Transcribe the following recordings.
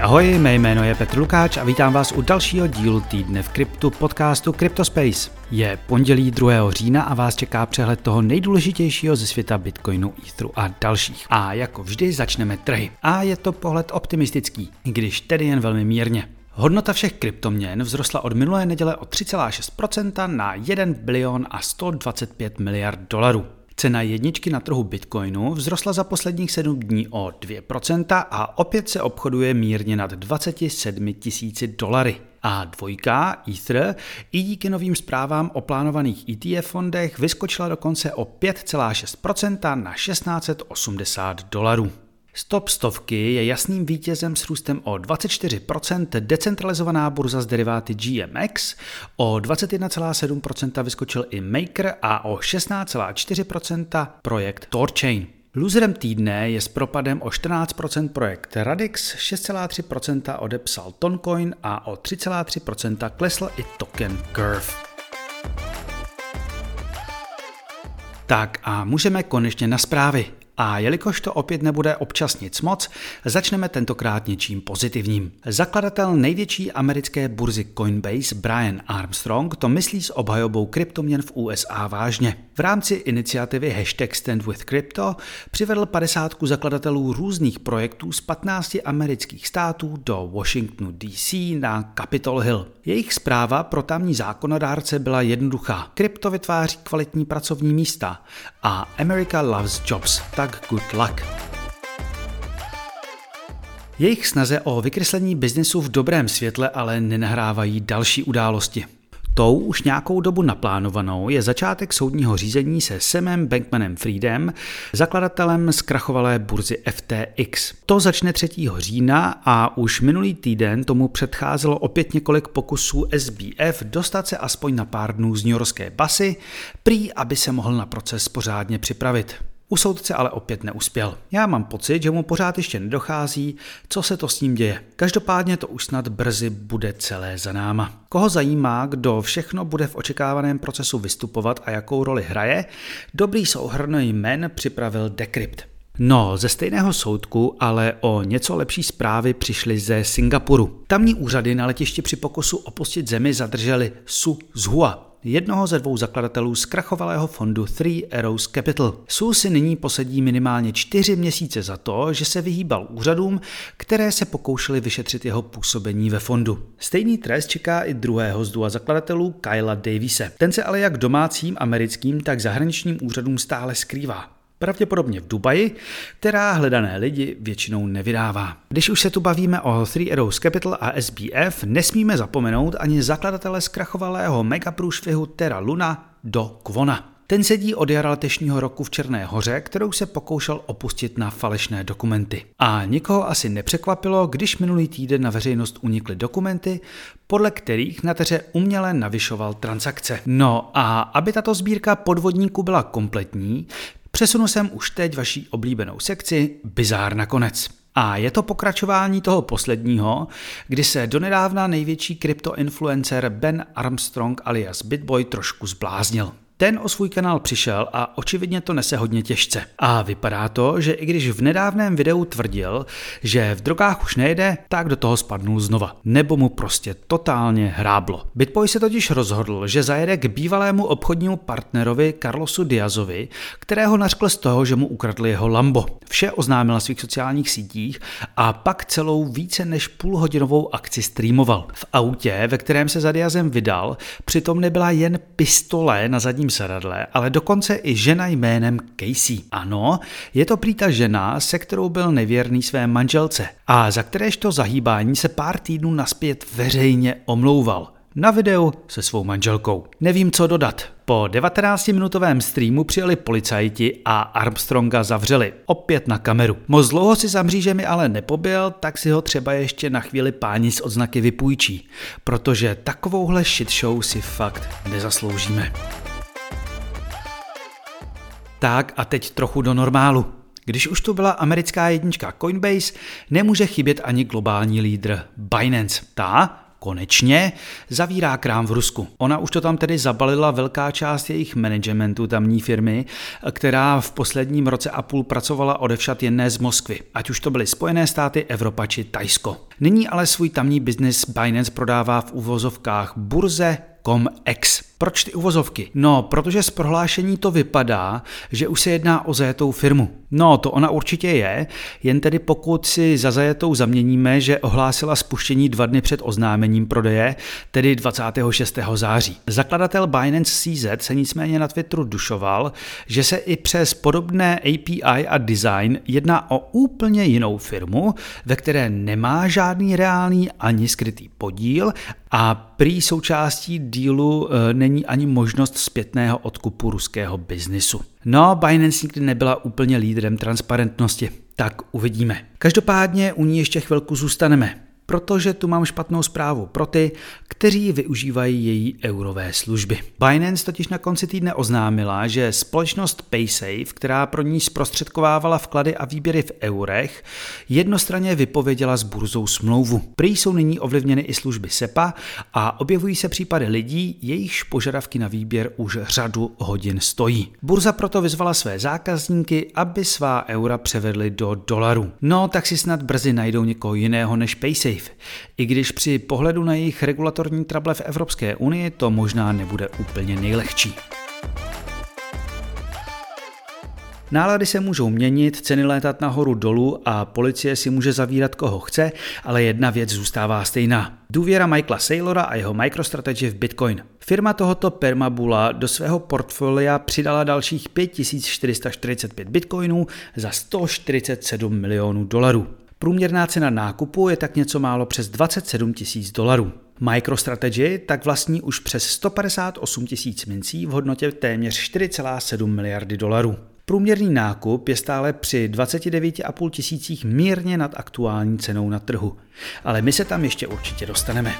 Ahoj, mé jméno je Petr Lukáč a vítám vás u dalšího dílu Týdne v kryptu podcastu CryptoSpace. Je pondělí 2. října a vás čeká přehled toho nejdůležitějšího ze světa Bitcoinu, Etheru a dalších. A jako vždy začneme trhy. A je to pohled optimistický, když tedy jen velmi mírně. Hodnota všech kryptoměn vzrostla od minulé neděle o 3,6% na 1 bilion a 125 miliard dolarů. Cena jedničky na trhu Bitcoinu vzrostla za posledních 7 dní o 2% a opět se obchoduje mírně nad 27 000 dolary. A dvojka, Ether, i díky novým zprávám o plánovaných ETF fondech vyskočila dokonce o 5,6% na 1680 dolarů. Stop stovky je jasným vítězem s růstem o 24%, decentralizovaná burza s deriváty GMX, o 21,7% vyskočil i Maker a o 16,4% projekt Thorchain. Loserem týdne je s propadem o 14% projekt Radix, 6,3% odepsal Toncoin a o 3,3% klesl i token Curve. Tak a můžeme konečně na zprávy. A jelikož to opět nebude občas nic moc, začneme tentokrát něčím pozitivním. Zakladatel největší americké burzy Coinbase Brian Armstrong to myslí s obhajobou kryptoměn v USA vážně. V rámci iniciativy #StandWithCrypto přivedl 50 zakladatelů různých projektů z 15 amerických států do Washingtonu DC na Capitol Hill. Jejich zpráva pro tamní zákonodárce byla jednoduchá. Krypto vytváří kvalitní pracovní místa a America loves jobs. Tak good luck. Jejich snaze o vykreslení biznesu v dobrém světle ale nenahrávají další události. Tou už nějakou dobu naplánovanou je začátek soudního řízení se Samem Bankmanem-Friedem, zakladatelem zkrachovalé burzy FTX. To začne 3. října a už minulý týden tomu předcházelo opět několik pokusů SBF dostat se aspoň na pár dnů z newyorské basy, prý aby se mohl na proces pořádně připravit. U soudce ale opět neuspěl. Já mám pocit, že mu pořád ještě nedochází, co se to s ním děje. Každopádně to už snad brzy bude celé za náma. Koho zajímá, kdo všechno bude v očekávaném procesu vystupovat a jakou roli hraje, dobrý souhrn jmen připravil Decrypt. No, ze stejného soudku, ale o něco lepší zprávy přišly ze Singapuru. Tamní úřady na letišti při pokusu opustit zemi zadrželi Su Zhua, jednoho ze 2 zakladatelů zkrachovalého fondu Three Arrows Capital. Su si nyní posedí minimálně 4 měsíce za to, že se vyhýbal úřadům, které se pokoušely vyšetřit jeho působení ve fondu. Stejný trest čeká i druhého z 2 zakladatelů, Kylea Davise. Ten se ale jak domácím americkým, tak zahraničním úřadům stále skrývá. Pravděpodobně v Dubaji, která hledané lidi většinou nevydává. Když už se tu bavíme o Three Arrows Capital a SBF, nesmíme zapomenout ani zakladatele zkrachovalého megaprůšvihu Terra Luna do Kwona. Ten sedí od jara letošního roku v Černé Hoře, kterou se pokoušel opustit na falešné dokumenty. A nikoho asi nepřekvapilo, když minulý týden na veřejnost unikly dokumenty, podle kterých na Terře uměle navyšoval transakce. No a aby tato sbírka podvodníků byla kompletní, přesunu jsem už teď vaší oblíbenou sekci Bizár na konec. A je to pokračování toho posledního, kdy se donedávna největší kryptoinfluencer Ben Armstrong alias BitBoy trošku zbláznil. Ten o svůj kanál přišel a očividně to nese hodně těžce. A vypadá to, že i když v nedávném videu tvrdil, že v drogách už nejde, tak do toho spadnul znova. Nebo mu prostě totálně hráblo. BitBoy se totiž rozhodl, že zajede k bývalému obchodnímu partnerovi Carlosu Diazovi, kterého nařkl z toho, že mu ukradli jeho Lambo. Vše oznámil na svých sociálních sítích a pak celou více než půlhodinovou akci streamoval. V autě, ve kterém se za Diazem vydal, přitom nebyla jen pistole na zadním sedadle, ale dokonce i žena jménem Casey. Ano, je to prý ta žena, se kterou byl nevěrný své manželce a za kteréžto zahýbání se pár týdnů nazpět veřejně omlouval. Na videu se svou manželkou. Nevím, co dodat. Po 19-minutovém streamu přijeli policajti a Armstronga zavřeli. Opět na kameru. Moc dlouho si za mřížemi ale nepobyl, tak si ho třeba ještě na chvíli páni s odznaky vypůjčí. Protože takovouhle shitshow si fakt nezasloužíme. Tak a teď trochu do normálu. Když už tu byla americká jednička Coinbase, nemůže chybět ani globální lídr Binance. Ta konečně zavírá krám v Rusku. Ona už to tam tedy zabalila velká část jejich managementu tamní firmy, která v posledním roce a půl pracovala odevšad jen z Moskvy, ať už to byly Spojené státy, Evropa či Thajsko. Nyní ale svůj tamní biznis Binance prodává v uvozovkách burze COMEX. Proč ty uvozovky? No, protože z prohlášení to vypadá, že už se jedná o zajetou firmu. No, to ona určitě je, jen tedy pokud si za zajetou zaměníme, že ohlásila spuštění 2 dny před oznámením prodeje, tedy 26. září. Zakladatel Binance CZ se nicméně na Twitteru dušoval, že se i přes podobné API a design jedná o úplně jinou firmu, ve které nemá žádný reálný ani skrytý podíl a prý součástí dílu není ani možnost zpětného odkupu ruského biznisu. No, Binance nikdy nebyla úplně lídrem transparentnosti, tak uvidíme. Každopádně u ní ještě chvilku zůstaneme, protože tu mám špatnou zprávu pro ty, kteří využívají její eurové služby. Binance totiž na konci týdne oznámila, že společnost Paysafe, která pro ní zprostředkovávala vklady a výběry v eurech, jednostranně vypověděla s burzou smlouvu. Prý jsou nyní ovlivněny i služby SEPA a objevují se případy lidí, jejichž požadavky na výběr už řadu hodin stojí. Burza proto vyzvala své zákazníky, aby svá eura převedli do dolarů. No, tak si snad brzy najdou někoho jiného než Paysafe. I když při pohledu na jejich regulatorní trable v Evropské unii to možná nebude úplně nejlehčí. Nálady se můžou měnit, ceny létat nahoru dolů a policie si může zavírat koho chce, ale jedna věc zůstává stejná. Důvěra Michaela Saylora a jeho MicroStrategy v Bitcoin. Firma tohoto permabula do svého portfolia přidala dalších 5445 bitcoinů za 147 milionů dolarů. Průměrná cena nákupu je tak něco málo přes 27 000 $. MicroStrategy tak vlastní už přes 158 000 mincí v hodnotě téměř 4,7 miliardy dolarů. Průměrný nákup je stále při 29,5 tisících mírně nad aktuální cenou na trhu. Ale my se tam ještě určitě dostaneme.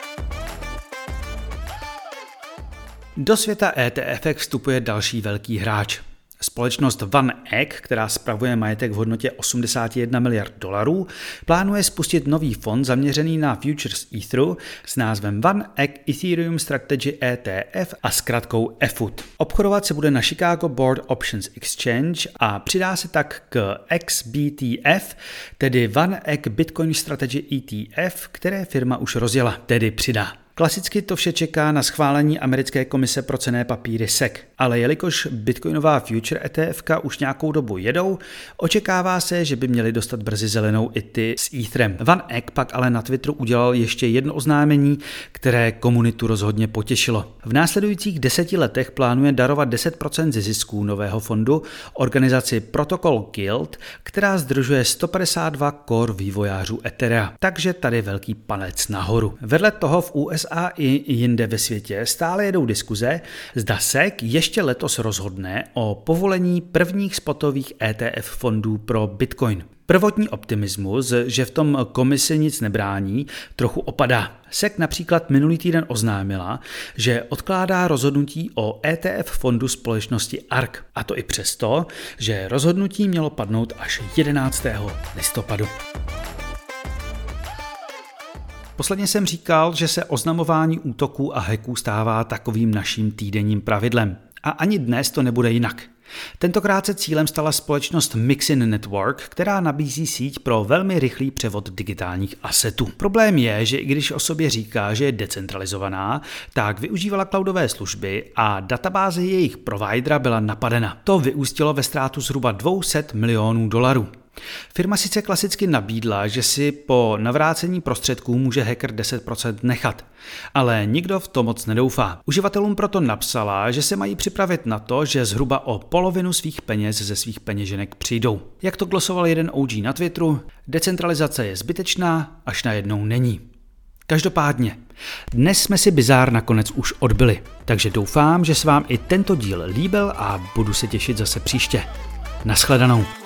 Do světa ETF vstupuje další velký hráč. Společnost OneEgg, která spravuje majetek v hodnotě 81 miliard dolarů, plánuje spustit nový fond zaměřený na Futures Etheru s názvem OneEgg Ethereum Strategy ETF a zkratkou EFUT. Obchodovat se bude na Chicago Board Options Exchange a přidá se tak k XBTF, tedy OneEgg Bitcoin Strategy ETF, které firma už rozjela, tedy přidá. Klasicky to vše čeká na schválení americké komise pro cenné papíry SEC, ale jelikož bitcoinová future ETFka už nějakou dobu jedou, očekává se, že by měli dostat brzy zelenou i ty s Etherem. OneEgg pak ale na Twitteru udělal ještě jedno oznámení, které komunitu rozhodně potěšilo. V následujících 10 letech plánuje darovat 10% ze zisků nového fondu organizaci Protocol Guild, která sdružuje 152 core vývojářů Etherea. Takže tady velký palec nahoru. Vedle toho v USA i jinde ve světě stále jedou diskuze, zda SEC ještě letos rozhodne o povolení prvních spotových ETF fondů pro Bitcoin. Prvotní optimismus, že v tom komisi nic nebrání, trochu opadá. SEC například minulý týden oznámila, že odkládá rozhodnutí o ETF fondu společnosti ARK. A to i přesto, že rozhodnutí mělo padnout až 11. listopadu. Posledně jsem říkal, že se oznamování útoků a hacků stává takovým naším týdenním pravidlem. A ani dnes to nebude jinak. Tentokrát se cílem stala společnost Mixin Network, která nabízí síť pro velmi rychlý převod digitálních asetů. Problém je, že i když o sobě říká, že je decentralizovaná, tak využívala cloudové služby a databáze jejich providera byla napadena. To vyústilo ve ztrátu zhruba 200 milionů dolarů. Firma sice klasicky nabídla, že si po navrácení prostředků může hacker 10% nechat, ale nikdo v to moc nedoufá. Uživatelům proto napsala, že se mají připravit na to, že zhruba o polovinu svých peněz ze svých peněženek přijdou. Jak to glosoval jeden OG na Twitteru, decentralizace je zbytečná, až najednou není. Každopádně, dnes jsme si bizár nakonec už odbyli, takže doufám, že se vám i tento díl líbil a budu se těšit zase příště. Naschledanou.